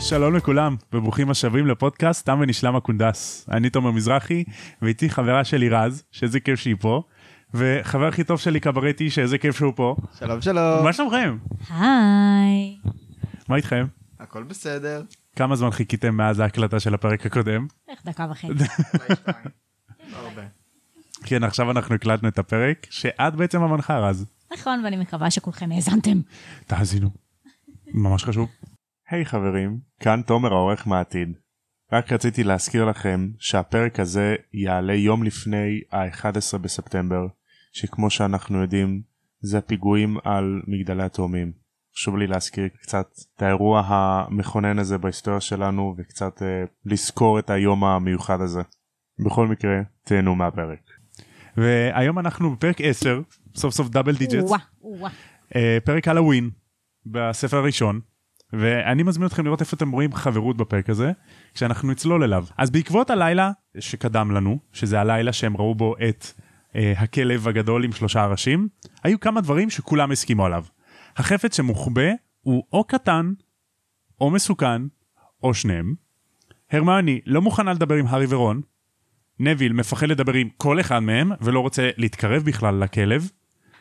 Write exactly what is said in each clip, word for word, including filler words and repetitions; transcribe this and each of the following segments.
שלום לכולם, וברוכים השבים לפודקאסט תם ונשלם הקונדס. אני תומר מזרחי, ואיתי חברה שלי רז, שאיזה כיף שהיא פה, וחבר הכי טוב שלי קברטי, שאיזה כיף שהוא פה. שלום שלום. מה שלומכם? היי. מה איתכם? הכל בסדר. כמה זמן חיכיתם מאז ההקלטה של הפרק הקודם? איך דקה וחצי. אולי שתיים. לא הרבה. כן, עכשיו אנחנו הקלטנו את הפרק, שאת בעצם המנחה רז. נכון, ואני מקווה שכולכם האזנתם. תאזינו. ממש חשוב. היי חברים, כאן תומר העורך מהעתיד. רק רציתי להזכיר לכם שהפרק הזה יעלה יום לפני ה-אחד עשר בספטמבר, שכמו שאנחנו יודעים זה פיגועים על מגדלי התאומים. חשוב לי להזכיר קצת את האירוע המכונן הזה בהיסטוריה שלנו וקצת אה, לזכור את היום המיוחד הזה. בכל מקרה, תהנו מהפרק. והיום אנחנו בפרק עשר, סוף סוף דאבל דיג'טס. וואה, וואה. אה, פרק הלווין בספר הראשון. ואני מזמין אתכם לראות איפה אתם רואים חברות בפרק הזה, כשאנחנו נצלול אליו. אז בעקבות הלילה שקדם לנו, שזה הלילה שהם ראו בו את אה, הכלב הגדול עם שלושה ראשים, היו כמה דברים שכולם הסכימו עליו. החפץ שמוחבא הוא או קטן, או מסוכן, או שניהם. הרמיוני לא מוכנה לדבר עם הארי ורון. נביל מפחד לדבר עם כל אחד מהם, ולא רוצה להתקרב בכלל לכלב.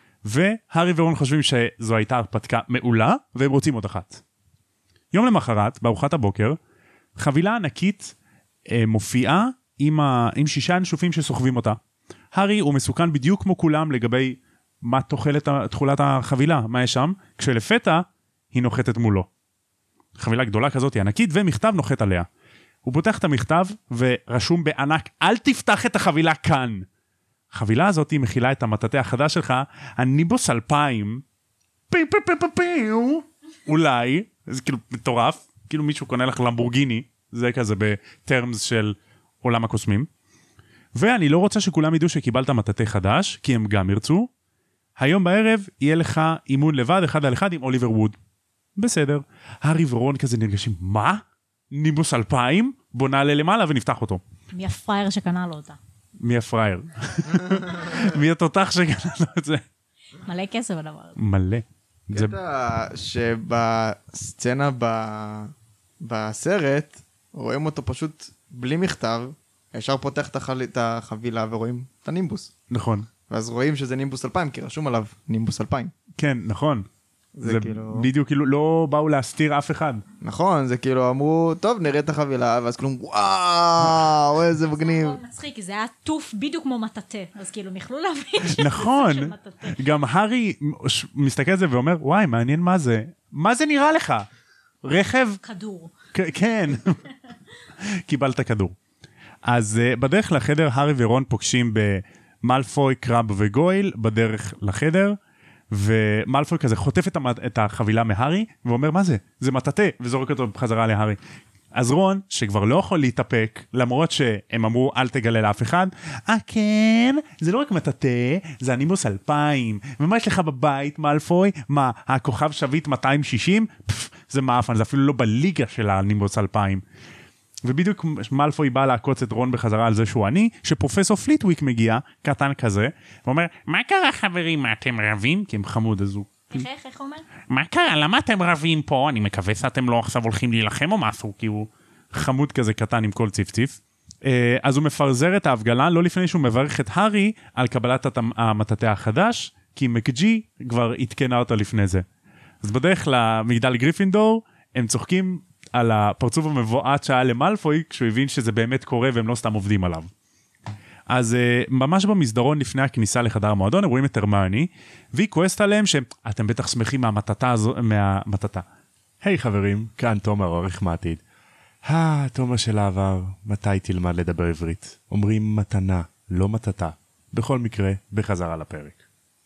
והארי ורון חושבים שזו הייתה הרפתקה מעולה, והם רוצים עוד אחת. יום למחרת, בארוחת הבוקר, חבילה ענקית אה, מופיעה עם, ה... עם שישה אנשופים שסוחבים אותה. הארי הוא מסוכן בדיוק כמו כולם לגבי מה תוחלת תחולת החבילה, מה יש שם, כשלפתע היא נוחתת מולו. חבילה גדולה כזאת היא ענקית, ומכתב נוחת עליה. הוא פותח את המכתב ורשום בענק, אל תפתח את החבילה כאן. החבילה הזאת היא מכילה את המטאטא החדש שלך, הנימבוס אלפיים, פי פי פי פי פי, אולי, זה כאילו מטורף, כאילו מישהו קונה לך למבורגיני, זה כזה בטרמס של עולם הקוסמים. ואני לא רוצה שכולם ידעו שקיבלת מטאטא חדש, כי הם גם ירצו. היום בערב יהיה לך אימון לבד, אחד על אחד עם אוליבר ווד. בסדר. הארי ורון כזה נרגשים, מה? נימבוס אלפיים? בוא נעלה למעלה ונפתח אותו. מי הפרייר שקנה לו אותה? מי הפרייר? מי התותח שקנה לו את זה? מלא כסף הדבר הזה. מלא. זה... קטע שבסצנה ב... בסרט, רואים אותו פשוט בלי מכתב, ישר פותח את, החל... את החבילה ורואים את הנימבוס. נכון. ואז רואים שזה נימבוס אלפיים, כי רשום עליו נימבוס אלפיים. כן, נכון. זה, זה כאילו... בדיוק כאילו לא באו להסתיר אף אחד. נכון, זה כאילו אמרו, טוב נראה את החבילה, ואז כלום, וואו, איזה מגניב. זה מצחיק, כי זה היה טוף בדיוק כמו מטאטא, אז כאילו יכלו להבין שזה נכון. של מטאטא. גם הארי מסתכל על זה ואומר, וואי, מעניין מה זה. מה זה נראה לך? רכב? כדור. כן. קיבלת כדור. אז uh, בדרך לחדר, הארי ורון פוגשים במלפוי, קרב וגויל, בדרך לחדר, ומלפוי כזה חוטף את, המת... את החבילה מהארי, ואומר, מה זה? זה מטאטא, וזורק אותו בחזרה להארי. אז רון, שכבר לא יכול להתאפק, למרות שהם אמרו, אל תגלה לאף אחד, אה כן, זה לא רק מטאטא, זה הנימבוס אלפיים, ומה יש לך בבית, מלפוי? מה, הכוכב שביט מאתיים שישים? פף, זה מאפן, זה אפילו לא בליגה של הנימבוס אלפיים. ובדיוק מלפוי בא לעקוץ את רון בחזרה על זה שהוא עני, שפרופסור פליטוויק מגיע, קטן כזה, ואומר, מה קרה חברים, מה אתם רבים? כי הם חמוד הזו. איך, איך, איך אומר? מה קרה? למה אתם רבים פה? אני מקווה שאתם לא עכשיו הולכים להילחם או משהו, כי הוא חמוד כזה קטן עם כל ציפציף. אז הוא מפרזר את ההפגלה, לא לפני שהוא מברך את הארי על קבלת המטאטא החדש, כי מקג'י כבר התקנה אותה לפני זה. אז בדרך למגדל גריפינדור, הם צוחקים על הפרצוף המבועת שהיה למלפוי, כשהוא הבין שזה באמת קורה והם לא סתם עובדים עליו. אז uh, ממש במסדרון לפני הכניסה לחדר המועדון, הם רואים את הרמיוני, והיא כועסת עליהם שאתם בטח שמחים מהמטאטא הזו, מהמטאטא. היי hey, חברים, כאן תומר העורך מהעתיד. אה, תומר של העבר, מתי תלמד לדבר עברית? אומרים מתנה, לא מטאטא. בכל מקרה, בחזרה לפרק.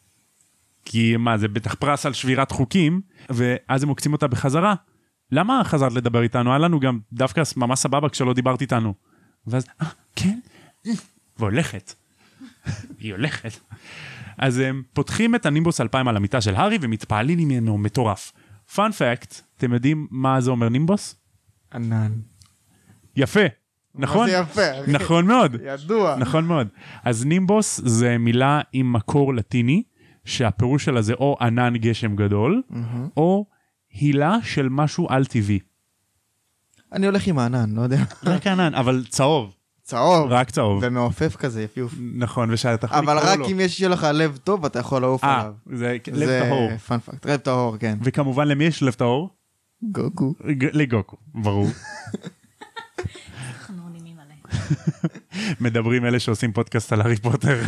כי מה, זה בטח פרס על שבירת חוקים, ואז הם מוקצים אותה בחזרה. למה חזרת לדבר איתנו? היה לנו גם דווקא ממש סבבה כשלא דיברת איתנו. ואז, אה, כן? והולכת. היא הולכת. אז הם פותחים את הנימבוס אלפיים על המיטה של הארי, ומתפעלים ממנו מטורף. פאנ פקט, אתם יודעים מה זה אומר נימבוס? ענן. יפה. נכון? מה זה יפה? נכון מאוד. ידוע. נכון מאוד. אז נימבוס זה מילה עם מקור לטיני, שהפירוש שלה זה או ענן גשם גדול, או הילה של משהו על טבעי. אני הולך עם הענן, לא יודע. רק ענן, אבל צהוב. צהוב. רק צהוב. ומעופף כזה, יפיוף. נכון, ושאתה יכול אבל לקרוא רק לו. אם יש לך לב טוב, אתה יכול לעוף אה, עליו. זה לב טהור. זה פאנפקט, לב טהור, כן. וכמובן למי יש לב טהור? גוקו. ג- לגוקו, ברור. חנונים מלא. מדברים אלה שעושים פודקאסט על הארי פוטר.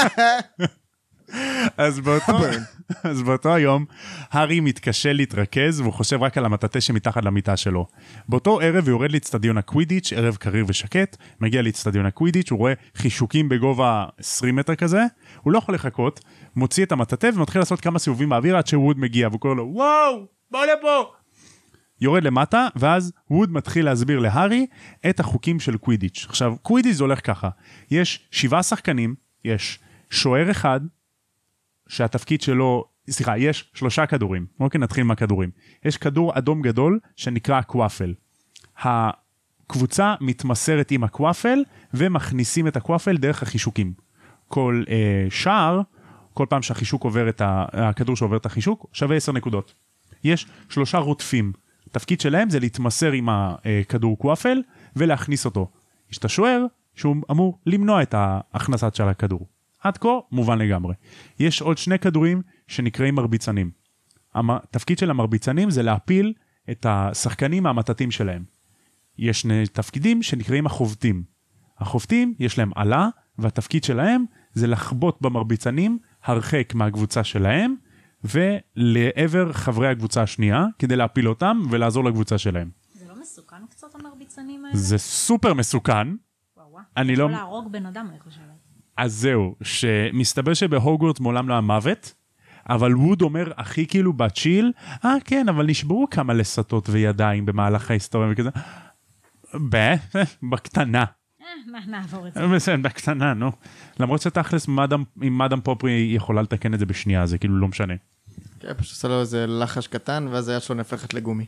אז באותו, אז באותו היום, הארי מתקשה להתרכז, והוא חושב רק על המטאטה שמתחת למיטה שלו. באותו ערב הוא יורד לאצטדיון הקווידיץ', ערב קריר ושקט, מגיע לאצטדיון הקווידיץ', הוא רואה חישוקים בגובה עשרים מטר כזה, הוא לא יכול לחכות, מוציא את המטאטה ומתחיל לעשות כמה סיבובים באוויר עד שווד מגיע, והוא קורא לו, וואו, בוא לפה! יורד למטה, ואז ווד מתחיל להסביר להארי את החוקים של קווידיץ'. עכשיו, קווידיץ' זה הולך ככה, יש שבעה שחקנים, יש שוער אחד, שהתפקיד שלו, סליחה, יש שלושה כדורים. אוקיי, נתחיל מהכדורים. יש כדור אדום גדול שנקרא הקוואפל. הקבוצה מתמסרת עם הקוואפל ומכניסים את הקוואפל דרך החישוקים. כל אה, שער, כל פעם שהחישוק עובר את ה... הכדור שעובר את החישוק, שווה עשר נקודות. יש שלושה רוטפים. התפקיד שלהם זה להתמסר עם הכדור קוואפל ולהכניס אותו. יש את השוער שהוא אמור למנוע את ההכנסת של הכדור. עד כה, מובן לגמרי. יש עוד שני כדורים שנקראים מרביצנים. התפקיד של המרביצנים זה להפיל את השחקנים מהמטאטים שלהם. יש שני תפקידים שנקראים החובטים. החובטים יש להם עלה, והתפקיד שלהם זה לחבוט במרביצנים הרחק מהקבוצה שלהם, ולעבר חברי הקבוצה השנייה, כדי להפיל אותם ולעזור לקבוצה שלהם. זה לא מסוכן קצת המרביצנים האלה? זה סופר מסוכן. וואו וואו. אני לא... יכול להרוג בן אדם, אני חושבת. אז זהו, שמסתבר שבהוגוורטס מעולם לא המוות, אבל ווד אומר הכי כאילו בצ'יל, אה כן, אבל נשברו כמה לסתות וידיים במהלך ההיסטוריה וכזה, ב... בקטנה. אה, נעבור את זה. בסדר, בקטנה, נו. למרות שתכלס, אם מאדם פופרי יכולה לתקן את זה בשנייה, זה כאילו לא משנה. כן, פשוט עושה לו איזה לחש קטן, ואז היד שלו נהפכת לגומי.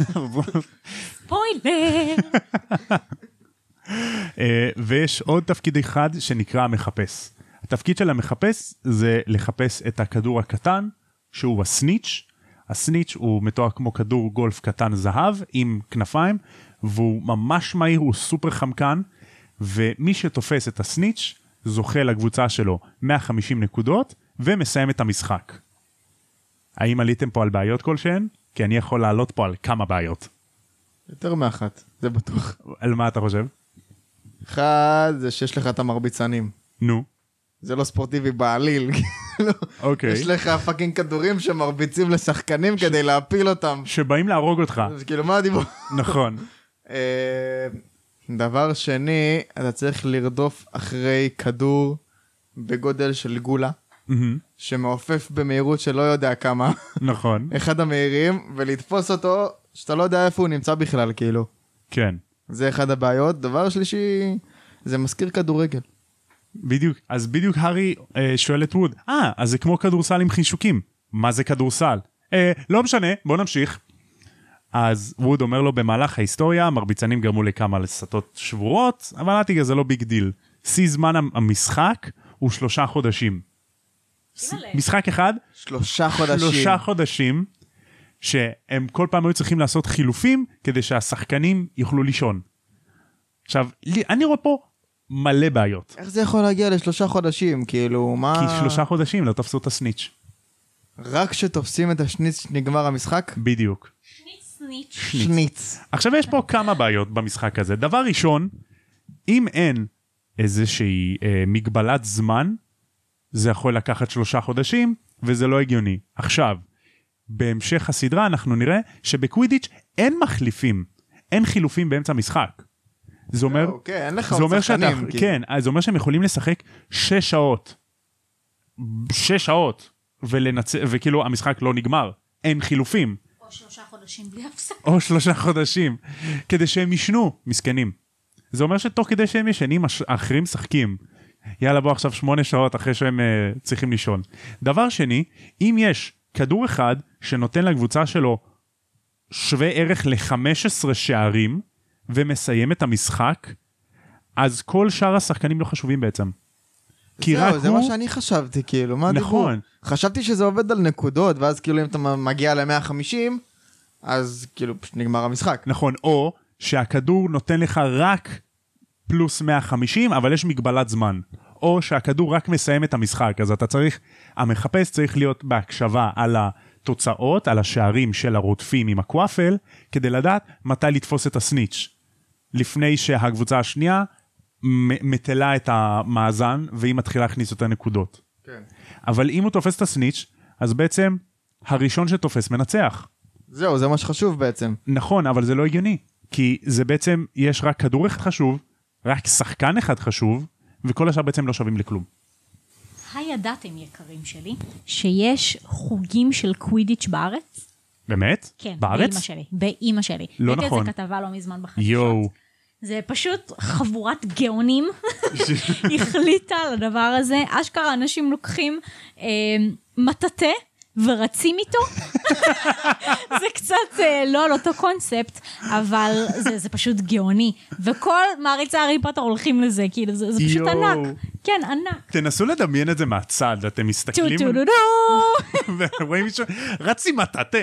ספוילר! ויש עוד תפקיד אחד שנקרא המחפש. התפקיד של המחפש זה לחפש את הכדור הקטן, שהוא הסניץ'. הסניץ' הוא מתואר כמו כדור גולף קטן זהב עם כנפיים, והוא ממש מהיר, הוא סופר חמקן, ומי שתופס את הסניץ' זוכה לקבוצה שלו מאה וחמישים נקודות, ומסיים את המשחק. האם עליתם פה על בעיות כלשהן? כי אני יכול לעלות פה על כמה בעיות. יותר מאחת, זה בטוח. על מה אתה חושב? אחד, זה שיש לך את המרביצנים. נו. זה לא ספורטיבי בעליל. אוקיי. יש לך פאקינג כדורים שמרביצים לשחקנים כדי להפיל אותם. שבאים להרוג אותך. אז כאילו, מה הדיבור? נכון. דבר שני, אתה צריך לרדוף אחרי כדור בגודל של גולה, שמעופף במהירות שלא יודע כמה. נכון. אחד המהירים, ולתפוס אותו, שאתה לא יודע איפה הוא נמצא בכלל, כאילו. כן. זה אחד הבעיות. דבר שלישי, זה מזכיר כדורגל. בדיוק, אז בדיוק הארי אה, שואל את ווד, אה, אז זה כמו כדורסל עם חישוקים. מה זה כדורסל? אה, לא משנה, בוא נמשיך. אז ווד אומר לו, במהלך ההיסטוריה, מרביצנים גרמו לכמה לסתות שבורות, אבל אל תיגע, זה לא ביג דיל. שיא זמן המשחק הוא שלושה חודשים. משחק אחד, שלושה חודשים. שלושה חודשים, שהם כל פעם היו צריכים לעשות חילופים, כדי שהשחקנים יוכלו לישון. עכשיו, אני רואה פה מלא בעיות. איך זה יכול להגיע לשלושה חודשים? כאילו, מה... כי שלושה חודשים לא תפסו את הסניץ'. רק שתופסים את השניץ נגמר המשחק? בדיוק. שניץ שניץ. שניץ. עכשיו יש פה כמה בעיות במשחק הזה. דבר ראשון, אם אין איזושהי אה, מגבלת זמן, זה יכול לקחת שלושה חודשים, וזה לא הגיוני. עכשיו, בהמשך הסדרה אנחנו נראה שבקווידיץ' אין מחליפים, אין חילופים באמצע המשחק. זה אומר, אוקיי, אין לך זה אומר עוד שאתה, שחקנים. כן, זה אומר שהם יכולים לשחק שש שעות. שש שעות, ולנצ... וכאילו המשחק לא נגמר. אין חילופים. או שלושה חודשים בלי הפסק. או שלושה חודשים. כדי שהם ישנו, מסכנים. זה אומר שתוך כדי שהם ישנים, האחרים משחקים. יאללה בוא עכשיו שמונה שעות אחרי שהם uh, צריכים לישון. דבר שני, אם יש כדור אחד שנותן לקבוצה שלו שווה ערך ל-חמישה עשר שערים, ומסיים את המשחק, אז כל שאר השחקנים לא חשובים בעצם. כי רק זהו, זה הוא... מה שאני חשבתי, כאילו, מה הדיבור? נכון. חשבתי שזה עובד על נקודות, ואז כאילו אם אתה מגיע ל-מאה וחמישים, אז כאילו פשוט נגמר המשחק. נכון, או שהכדור נותן לך רק פלוס מאה וחמישים, אבל יש מגבלת זמן. או שהכדור רק מסיים את המשחק, אז אתה צריך, המחפש צריך להיות בהקשבה על התוצאות, על השערים של הרודפים עם הקוואפל, כדי לדעת מתי לתפוס את הסניץ'. לפני שהקבוצה השנייה מטלה את המאזן, והיא מתחילה להכניס יותר נקודות. כן. אבל אם הוא תופס את הסניץ', אז בעצם הראשון שתופס מנצח. זהו, זה מה שחשוב בעצם. נכון, אבל זה לא הגיוני. כי זה בעצם, יש רק כדור אחד חשוב, רק שחקן אחד חשוב, וכל השאר בעצם לא שווים לכלום. הידעתם יקרים שלי, שיש חוגים של קווידיץ' בארץ? באמת? כן, בארץ? באמא שלי. באמא שלי. לא ראיתי נכון. את זה כתבה לא מזמן בחדשות. יואו. זה פשוט חבורת גאונים החליטה על הדבר הזה. אשכרה אנשים לוקחים אה, מטאטה ורצים איתו. זה קצת אה, לא על אותו קונספט, אבל זה, זה פשוט גאוני. וכל מעריצי הארי פוטר הולכים לזה, כאילו זה, זה פשוט יואו. ענק. כן, ענק. תנסו לדמיין את זה מהצד, אתם מסתכלים... טו טו דו דו. ורואים מישהו, רצי מטאטה.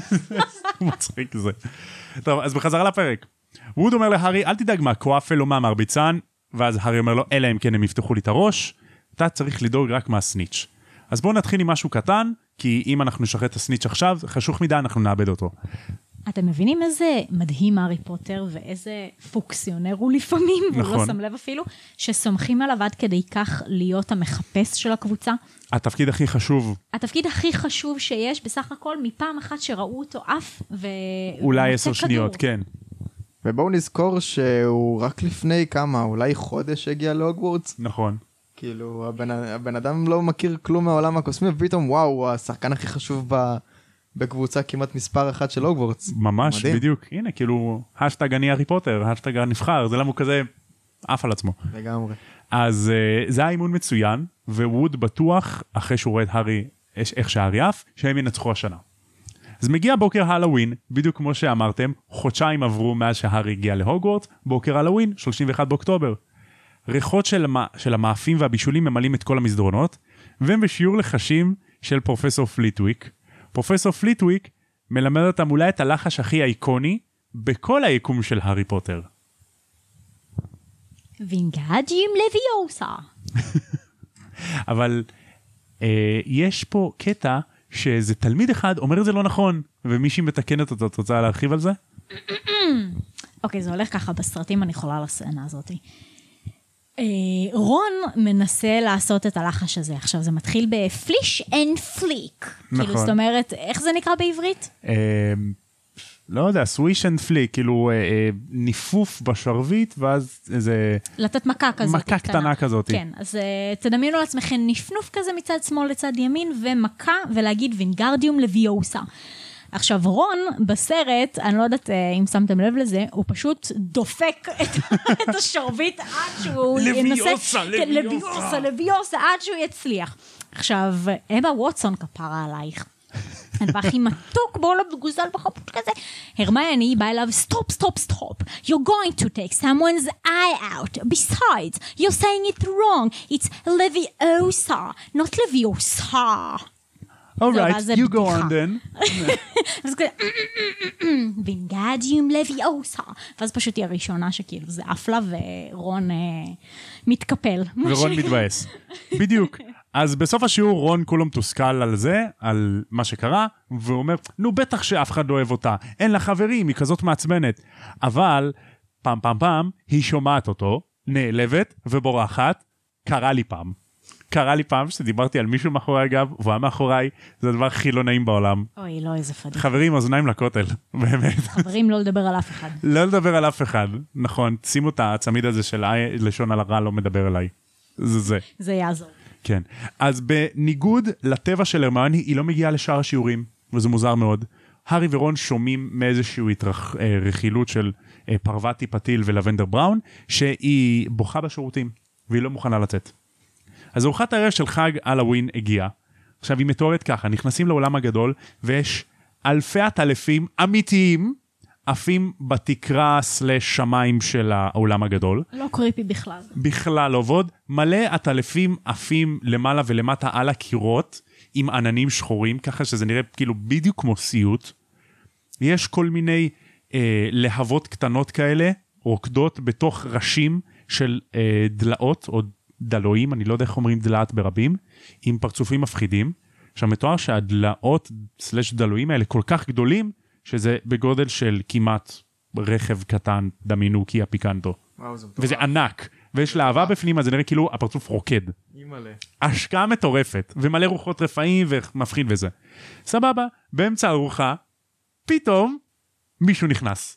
מצחיק זה. טוב, אז בחזרה לפרק. ווד אומר להרי, אל תדאג מהקוואפל או מהמרביצן, ואז הארי אומר לו, אלא אם כן הם יפתחו לי את הראש, אתה צריך לדאוג רק מהסניץ'. אז בואו נתחיל עם משהו קטן, כי אם אנחנו נשחרר את הסניץ' עכשיו, חשוך מדי, אנחנו נאבד אותו. אתם מבינים איזה מדהים הארי פוטר, ואיזה פוקסיונר הוא לפעמים, והוא נכון. לא שם לב אפילו, שסומכים עליו עד כדי כך להיות המחפש של הקבוצה. התפקיד הכי חשוב, התפקיד הכי חשוב שיש, בסך הכל, מפעם אחת שראו אותו אף, ו... אולי ומוצא עשר כדור. שניות, כן. ובואו נזכור שהוא רק לפני כמה, אולי חודש הגיע להוגוורטס. נכון. כאילו, הבן, הבן אדם לא מכיר כלום מהעולם הקוסמי, ופתאום וואו, הוא השחקן הכי חשוב ב, בקבוצה כמעט מספר אחת של הוגוורטס. ממש, מדהים. בדיוק. הנה, כאילו, השטג אני הארי פוטר, השטג הנבחר, זה למה הוא כזה עף על עצמו. לגמרי. אז uh, זה היה אימון מצוין, וווד בטוח, אחרי שהוא רואה את הארי, איך שהארי עף, שהם ינצחו השנה. אז מגיע בוקר הלווין, בדיוק כמו שאמרתם, חודשיים עברו מאז שהארי הגיע להוגוורטס, בוקר הלווין, שלושים ואחד באוקטובר. ריחות של, המ... של המאפים והבישולים ממלאים את כל המסדרונות, והם בשיעור לחשים של פרופסור פליטוויק. פרופסור פליטוויק מלמד אותם אולי את הלחש הכי איקוני בכל היקום של הארי פוטר. וינגאדיום לוויוסה. אבל אה, יש פה קטע שזה תלמיד אחד אומר את זה לא נכון, ומישהי מתקנת אותו, את רוצה להרחיב על זה? אוקיי, זה הולך ככה בסרטים, אני יכולה לסצנה הזאת. אה, רון מנסה לעשות את הלחש הזה. עכשיו, זה מתחיל בפליש אנד פליק. נכון. כאילו, זאת אומרת, איך זה נקרא בעברית? אה, לא יודע, סוויש אנד פליק, כאילו אה, אה, ניפוף בשרביט, ואז איזה... לתת מכה כזאת. מכה קטנה כזאת. כן, אז uh, תדמיינו לעצמכם נפנוף כזה מצד שמאל לצד ימין, ומכה ולהגיד וינגרדיום לוויוסה. עכשיו רון בסרט, אני לא יודעת uh, אם שמתם לב לזה, הוא פשוט דופק את, את השרביט עד שהוא לוויוסה, ינסה... לוויוסה. כן, לוויוסה, לוויוסה, עד שהוא יצליח. עכשיו, אמה ווטסון כפרה עלייך. הדבר הכי מתוק בעולם גוזל בחפות כזה. הרמיוני באה אליו, stop, stop, stop. You're going to take someone's eye out. Besides, you're saying it wrong. It's Leviosa, not Leviosa. All זהו, right, ואז זה you go בדיחה. on then. ואז כזה, וינגאדיום לוויוסה. ואז פשוט היא הראשונה שכאילו זה אפלה ורון אה, מתקפל. ורון מתבאס. בדיוק. אז בסוף השיעור רון כולו מתוסכל על זה, על מה שקרה, והוא אומר, נו בטח שאף אחד לא אוהב אותה, אין לה חברים, היא כזאת מעצבנת. אבל פעם פעם פעם היא שומעת אותו, נעלבת ובורחת, קרה לי פעם. קרה לי פעם שדיברתי על מישהו מאחורי הגב, והוא היה מאחוריי, זה הדבר הכי לא נעים בעולם. אוי, לא, איזה פדיחה. חברים, אוזניים לכותל, באמת. חברים, לא לדבר על אף אחד. לא לדבר על אף אחד, נכון, שימו את הצמיד הזה של לשון על הרע לא מדבר אליי. זה זה. זה יעזור. כן. אז בניגוד לטבע של הרמיוני, היא לא מגיעה לשאר השיעורים, וזה מוזר מאוד. הארי ורון שומעים מאיזשהו התרח, אה, רכילות של אה, פרווטי פתיל ולבנדר בראון, שהיא בוכה בשירותים, והיא לא מוכנה לצאת. אז ארוחת הערב של חג הלווין הגיעה. עכשיו היא מתוארת ככה, נכנסים לעולם הגדול, ויש אלפי עטלפים אמיתיים, עפים בתקרה סלש שמיים של העולם הגדול. לא קריפי בכלל. בכלל לא עובד, מלא עטלפים עפים למעלה ולמטה על הקירות, עם עננים שחורים, ככה שזה נראה כאילו בדיוק כמו סיוט. יש כל מיני אה, להבות קטנות כאלה, רוקדות בתוך ראשים של אה, דלאות, או דלויים, אני לא יודע איך אומרים דלעת ברבים, עם פרצופים מפחידים. עכשיו מתואר שהדלאות סלש דלויים האלה כל כך גדולים, שזה בגודל של כמעט רכב קטן, דמיינו כי הפיקנטו. וואו, זה וזה ענק, ויש להבה בפנים, אז זה נראה כאילו הפרצוף רוקד. אימא'לה. השקעה מטורפת, ומלא רוחות רפאים ומפחיד וזה. סבבה, באמצע הארוחה, פתאום מישהו נכנס.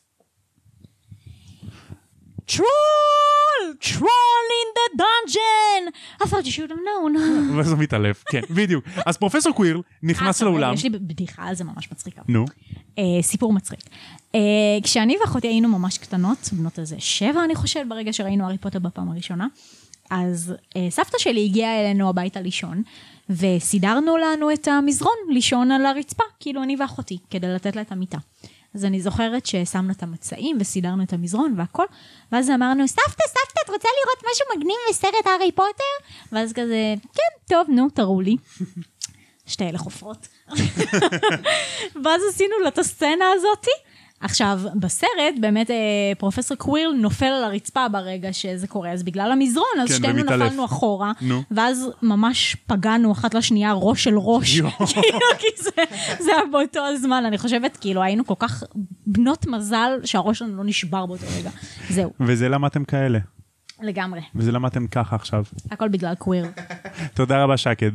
טרול! טרול in the dungeon! I thought you should have known. ואז הוא מתעלף, כן, בדיוק. אז פרופסור קווירל נכנס לאולם. יש לי בדיחה על זה ממש מצחיקה. נו. סיפור מצחיק. כשאני ואחותי היינו ממש קטנות, בנות איזה שבע אני חושבת, ברגע שראינו הארי פוטר בפעם הראשונה, אז סבתא שלי הגיעה אלינו הביתה לישון, וסידרנו לנו את המזרון לישון על הרצפה, כאילו אני ואחותי, כדי לתת לה את המיטה. אז אני זוכרת ששמנו את המצעים וסידרנו את המזרון והכל, ואז אמרנו, סבתא, סבתא, את רוצה לראות משהו מגניב בסרט הארי פוטר? ואז כזה, כן, טוב, נו, תראו לי. שתי אלה חופרות. ואז עשינו לה את הסצנה הזאתי. עכשיו, בסרט, באמת, פרופסור קווירל נופל על הרצפה ברגע שזה קורה, אז בגלל המזרון, אז כן, שתינו ומתעלף. נפלנו אחורה, נו. ואז ממש פגענו אחת לשנייה ראש של ראש, יו. כאילו, כי זה, זה היה באותו הזמן, אני חושבת, כאילו, היינו כל כך בנות מזל שהראש שלנו לא נשבר באותו רגע. זהו, וזה למה אתם כאלה. לגמרי. וזה למה אתם ככה עכשיו. הכל בגלל קווירל. תודה רבה שקד.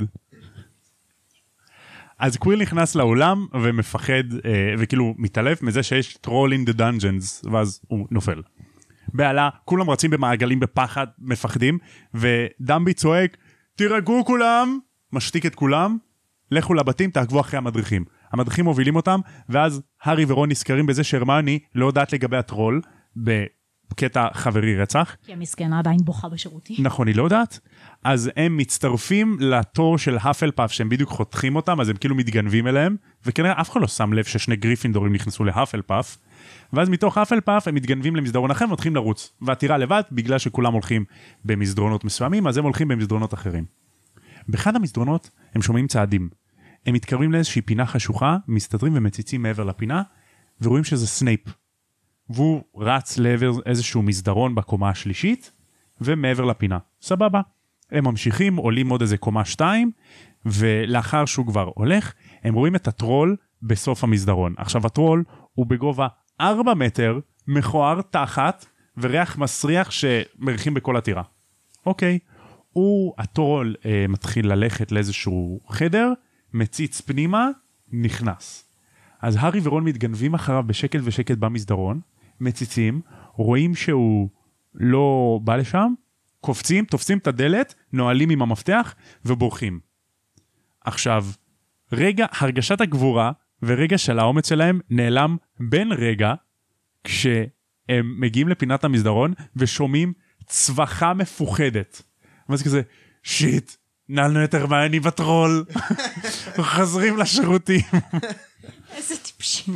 אז קווירל נכנס לאולם ומפחד, אה, וכאילו מתעלף מזה שיש טרול in the dungeons, ואז הוא נופל. בעלה, כולם רצים במעגלים בפחד, מפחדים, ודמבי צועק, תירגעו כולם, משתיק את כולם, לכו לבתים, תעקבו אחרי המדריכים. המדריכים מובילים אותם, ואז הארי ורון נזכרים בזה שהרמיוני לא יודעת לגבי הטרול, בקטע חברי רצח. כי המסכנה עדיין בוכה בשירותים. נכון, היא לא יודעת. אז הם מצטרפים לתור של האפלפאף, שהם בדיוק חותכים אותם, אז הם כאילו מתגנבים אליהם, וכנראה אף אחד לא שם לב ששני גריפינדורים נכנסו להאפלפאף, ואז מתוך האפלפאף הם מתגנבים למסדרון אחר, ומתחילים לרוץ, והטירה לבד, בגלל שכולם הולכים במסדרונות מסוימים, אז הם הולכים במסדרונות אחרים. באחד המסדרונות הם שומעים צעדים. הם מתקרבים לאיזושהי פינה חשוכה, מסתדרים ומציצים מעבר לפינה, ורואים שזה סנייפ. והוא רץ לעבר איזשהו מסדרון בקומה השלישית, ומעבר לפינה. סבבה. הם ממשיכים, עולים עוד איזה קומה שתיים, ולאחר שהוא כבר הולך, הם רואים את הטרול בסוף המסדרון. עכשיו הטרול הוא בגובה ארבע מטר, מכוער תחת, וריח מסריח שמריחים בכל הטירה. אוקיי. הוא, הטרול, אה, מתחיל ללכת לאיזשהו חדר, מציץ פנימה, נכנס. אז הארי ורון מתגנבים אחריו בשקט ושקט במסדרון, מציצים, רואים שהוא לא בא לשם, קופצים, תופסים את הדלת, נועלים עם המפתח ובורחים. עכשיו, רגע, הרגשת הגבורה ורגע של האומץ שלהם נעלם בין רגע, כשהם מגיעים לפינת המסדרון ושומעים צווחה מפוחדת. ואז כזה, שיט, נעלנו את הרמיוני בטרול, חוזרים לשירותים. איזה טיפשים.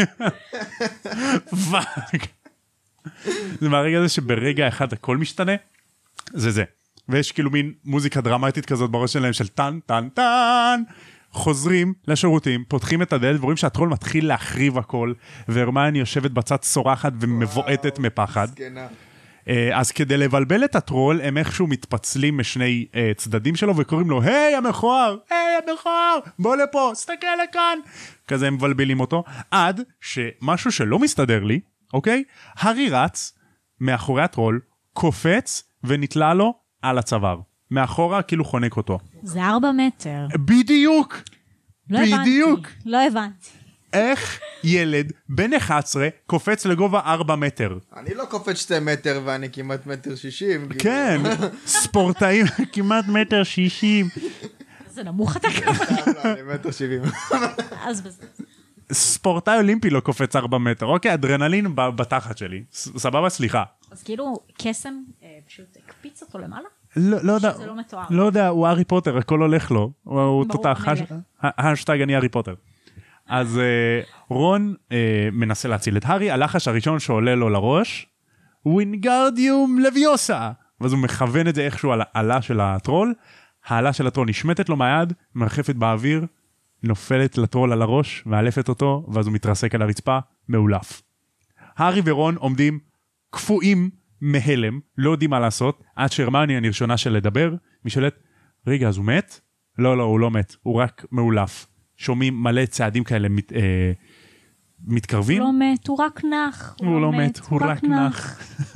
פאק. זה מהרגע הזה שברגע אחד הכל משתנה, זה זה. ויש כאילו מין מוזיקה דרמטית כזאת בראש שלהם של טן טן טן. חוזרים לשירותים, פותחים את הדלת ורואים שהטרול מתחיל להחריב הכל, והרמיוני יושבת בצד צורחת ומבועטת מפחד. אז כדי לבלבל את הטרול, הם איכשהו מתפצלים משני uh, צדדים שלו, וקוראים לו, היי המכוער, היי המכוער, בוא לפה, סתכל לכאן. כזה הם מבלבלים אותו, עד שמשהו שלא מסתדר לי, אוקיי? הארי רץ מאחורי הטרול, קופץ ונתלה לו על הצוואר. מאחורה כאילו חונק אותו. זה ארבע מטר. בדיוק! לא בדיוק! הבנתי, לא הבנתי. איך ילד בן אחת עשרה קופץ לגובה ארבע מטר? אני לא קופץ שתי מטר ואני כמעט מטר שישים. כן, ספורטאים כמעט מטר שישים. זה נמוך אתה כמה. לא, אני מטר שבעים. אז בזה. ספורטאי אולימפי לא קופץ ארבע מטר. אוקיי, אדרנלין בתחת שלי. סבבה, סליחה. אז כאילו קסם פשוט הקפיץ אותו למעלה? לא, לא יודע. שזה לא מתואר. לא יודע, הוא הארי פוטר, הכל הולך לו. הוא תותח. השטג אני הארי פוטר. אז רון מנסה להציל את הארי, הלחש הראשון שעולה לו לראש, ווינגרדיום לוויוסה. ואז הוא מכוון את זה איכשהו על העלה של הטרול, העלה של הטרול נשמטת לו מהיד, מרחפת באוויר, נופלת לטרול על הראש, מאלפת אותו, ואז הוא מתרסק על הרצפה, מעולף. הארי ורון עומדים קפואים מהלם, לא יודעים מה לעשות, עד שהרמיוני אני ראשונה של לדבר, משאלת, רגע, אז הוא מת? לא, לא, הוא לא מת, הוא רק מעולף. שומעים מלא צעדים כאלה מת, אה, מתקרבים. הוא לא מת, הוא רק נח. הוא, הוא לא מת, הוא, הוא רק נח.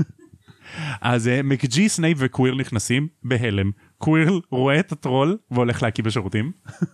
אז uh, מקג'י, סנייפ וקווירל נכנסים בהלם. קווירל רואה את הטרול והולך להקיא בשירותים.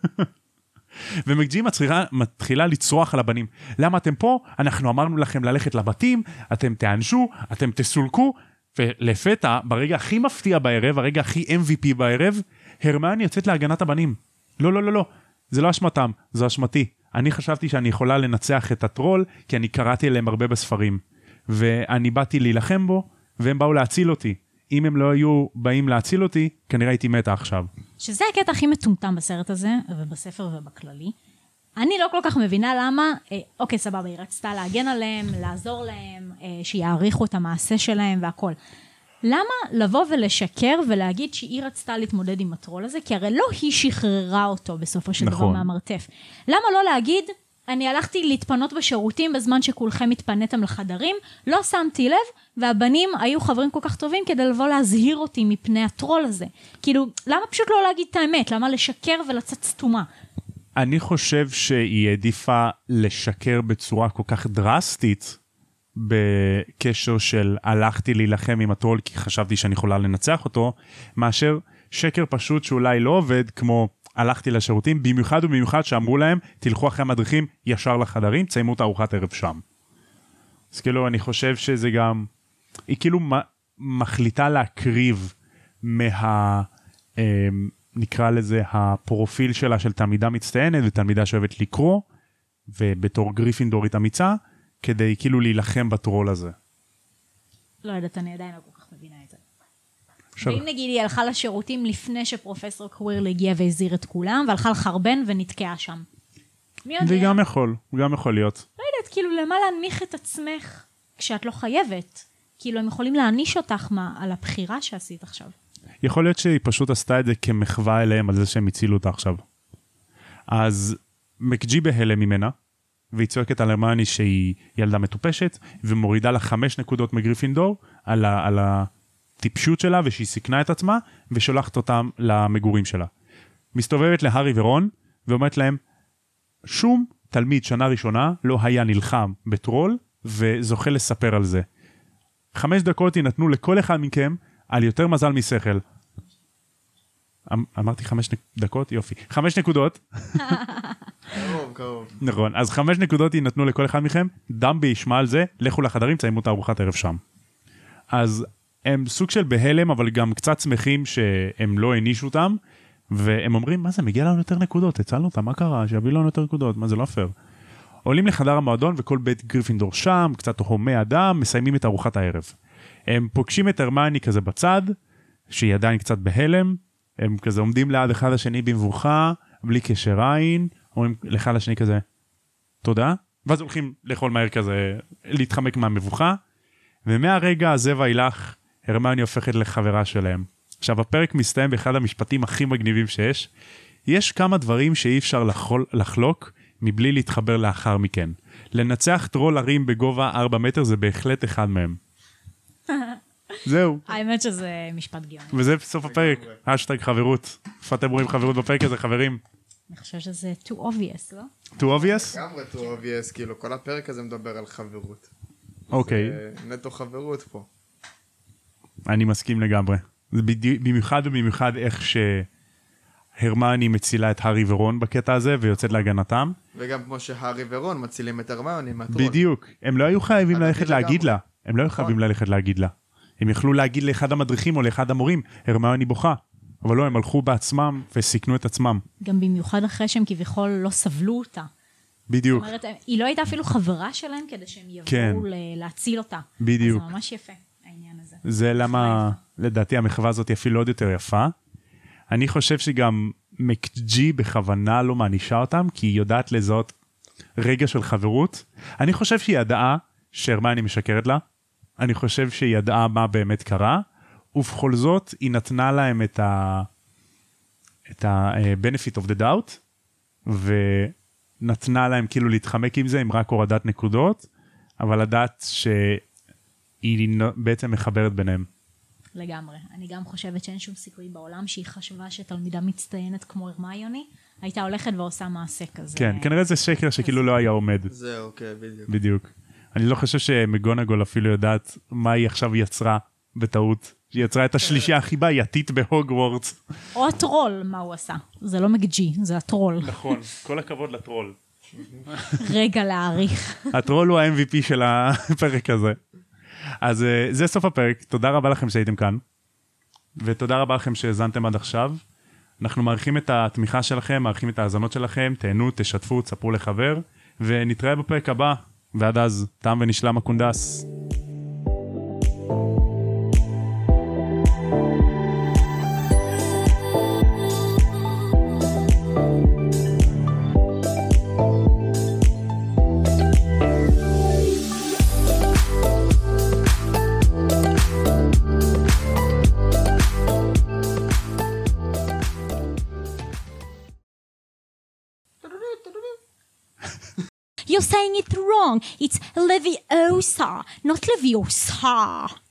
ומקג'י מתחילה, מתחילה לצרוח על הבנים. למה אתם פה? אנחנו אמרנו לכם ללכת לבתים, אתם תענשו, אתם תסולקו. ולפתע, ברגע הכי מפתיע בערב, הרגע הכי אם וי פי בערב, הרמיוני יוצאת להגנת הבנים. לא, לא, לא, לא. זה לא אשמתם, זו אשמתי. אני חשבתי שאני יכולה לנצח את הטרול, כי אני קראתי אליהם הרבה בספרים. ואני באתי להילחם בו, והם באו להציל אותי. אם הם לא היו באים להציל אותי, כנראה הייתי מתה עכשיו. שזה הקטע הכי מטומטם בסרט הזה, ובספר ובכללי. אני לא כל כך מבינה למה, אה, אוקיי, סבבה, היא רצתה להגן עליהם, לעזור להם, אה, שיעריכו את המעשה שלהם והכל. למה לבוא ולשקר ולהגיד שהיא רצתה להתמודד עם הטרול הזה? כי הרי לא היא שחררה אותו בסופו של נכון. דבר מהמרתף. למה לא להגיד, אני הלכתי להתפנות בשירותים בזמן שכולכם התפנתם לחדרים, לא שמתי לב, והבנים היו חברים כל כך טובים כדי לבוא להזהיר אותי מפני הטרול הזה. כאילו, למה פשוט לא להגיד את האמת? למה לשקר ולצאת סתומה? אני חושב שהיא העדיפה לשקר בצורה כל כך דרסטית, בקשר של הלכתי להילחם עם הטרול כי חשבתי שאני יכולה לנצח אותו, מאשר שקר פשוט שאולי לא עובד, כמו הלכתי לשירותים, במיוחד ובמיוחד שאמרו להם, תלכו אחרי המדריכים ישר לחדרים, תסיימו את ארוחת ערב שם. אז כאילו אני חושב שזה גם, היא כאילו מחליטה להקריב מה, אה, נקרא לזה, הפרופיל שלה של תלמידה מצטיינת ותלמידה שאוהבת לקרוא, ובתור גריפינדורית אמיצה, כדי כאילו להילחם בטרול הזה. לא יודעת, אני עדיין לא כל כך מבינה את זה. עכשיו... ואם נגיד היא הלכה לשירותים לפני שפרופסור קווירל הגיע והזהיר את כולם, והלכה לחרבן ונתקעה שם. מי יודע? זה גם יכול, גם יכול להיות. לא יודעת, כאילו למה להנמיך את עצמך כשאת לא חייבת? כאילו הם יכולים להעניש אותך מה, על הבחירה שעשית עכשיו. יכול להיות שהיא פשוט עשתה את זה כמחווה אליהם על זה שהם הצילו אותה עכשיו. אז מקג'י בהלם ממנה, והיא צועקת על הרמיוני שהיא ילדה מטופשת, ומורידה לה חמש נקודות מגריפינדור על, ה, על הטיפשות שלה, ושהיא סיכנה את עצמה, ושולחת אותם למגורים שלה. מסתובבת להרי ורון, ואומרת להם, שום תלמיד שנה ראשונה לא היה נלחם בטרול, וזוכה לספר על זה. חמש דקות ינתנו לכל אחד מכם, על יותר מזל משכל. אמ, אמרתי חמש דקות? יופי. חמש נקודות. קרוב, קרוב. נכון, אז חמש נקודות ינתנו לכל אחד מכם, דמבי ישמע על זה, לכו לחדרים, תסיימו את ארוחת ערב שם. אז הם סוג של בהלם, אבל גם קצת שמחים שהם לא הענישו אותם, והם אומרים, מה זה, מגיע לנו יותר נקודות, הצלנו אותם, מה קרה? שיביא לנו יותר נקודות, מה זה לא פייר. עולים לחדר המועדון, וכל בית גריפינדור שם, קצת הומי אדם, מסיימים את ארוחת הערב. הם פוגשים את הרמיוני כזה בצד, שהיא עדיין קצת בהלם, הם כזה עומדים ליד אחד השני במבוכה, בלי קשר עין, אומרים לאחד השני כזה, תודה, ואז הולכים לאכול מהר כזה, להתחמק מהמבוכה, ומהרגע הזה ואילך, הרמיוני הופכת לחברה שלהם. עכשיו, הפרק מסתיים באחד המשפטים הכי מגניבים שיש, יש כמה דברים שאי אפשר לחול, לחלוק, מבלי להתחבר לאחר מכן. לנצח טרול הרים בגובה ארבע מטר, זה בהחלט אחד מהם. זהו. האמת שזה משפט גאוני. וזה בסוף הפרק, השטג חברות. איפה אתם רואים חברות בפרק הזה, חברים? אני חושב שזה too obvious, לא? too obvious? לגמרי too obvious, כאילו כל הפרק הזה מדבר על חברות. אוקיי. זה נטו חברות פה. אני מסכים לגמרי. זה במיוחד ובמיוחד איך שהרמיוני מצילה את הארי ורון בקטע הזה, ויוצאת להגנתם. וגם כמו שהארי ורון מצילים את הרמיוני מהטרול. בדיוק. הם לא היו חייבים ללכת לגמרי. להגיד לה. הם לא היו חייבים ללכת להגיד לה. הם יכלו להגיד לאחד המדריכים או לאחד המורים, הרמיוני בוכה. אבל לא, הם הלכו בעצמם וסיכנו את עצמם. גם במיוחד אחרי שהם כביכול לא סבלו אותה. בדיוק. זאת אומרת, היא לא הייתה אפילו חברה שלהם כדי שהם יבואו כן. להציל אותה. בדיוק. אז זה ממש יפה, העניין הזה. זה למה, לדעתי, המחווה הזאת היא אפילו עוד יותר יפה. אני חושב שגם מקג'י בכוונה לא מענישה אותם, כי היא יודעת לזהות רגע של חברות. אני חושב שהיא ידעה שהרמיוני משקרת לה. אני חושב שהיא ידעה מה באמת קרה, ובכל זאת היא נתנה להם את ה... את ה-benefit of the doubt, ונתנה להם כאילו להתחמק עם זה, עם רק הורדת נקודות, אבל לדעת שהיא בעצם מחברת ביניהם. לגמרי. אני גם חושבת שאין שום סיכוי בעולם שהיא חשבה שתלמידה מצטיינת כמו הרמיוני, הייתה הולכת ועושה מעשה כזה. כן, כנראה זה שקר שכאילו לא היה עומד. זהו, כן, בדיוק. בדיוק. אני לא חושב שמגונגול אפילו יודעת מה היא עכשיו יצרה בטעות. היא יצרה את השלישייה הכי בעייתית בהוגוורטס. או הטרול, מה הוא עשה. זה לא מג'י, זה הטרול. נכון, כל הכבוד לטרול. רגע להעריך. הטרול הוא ה-אם וי פי של הפרק הזה. אז זה סוף הפרק, תודה רבה לכם שהייתם כאן, ותודה רבה לכם שהזנתם עד עכשיו. אנחנו מעריכים את התמיכה שלכם, מעריכים את ההאזנות שלכם, תהנו, תשתפו, תספרו לחבר, ונתראה בפרק הבא, ועד אז, תם ונשלם הקונדס. You're saying it wrong. It's Leviosa, not Leviosa.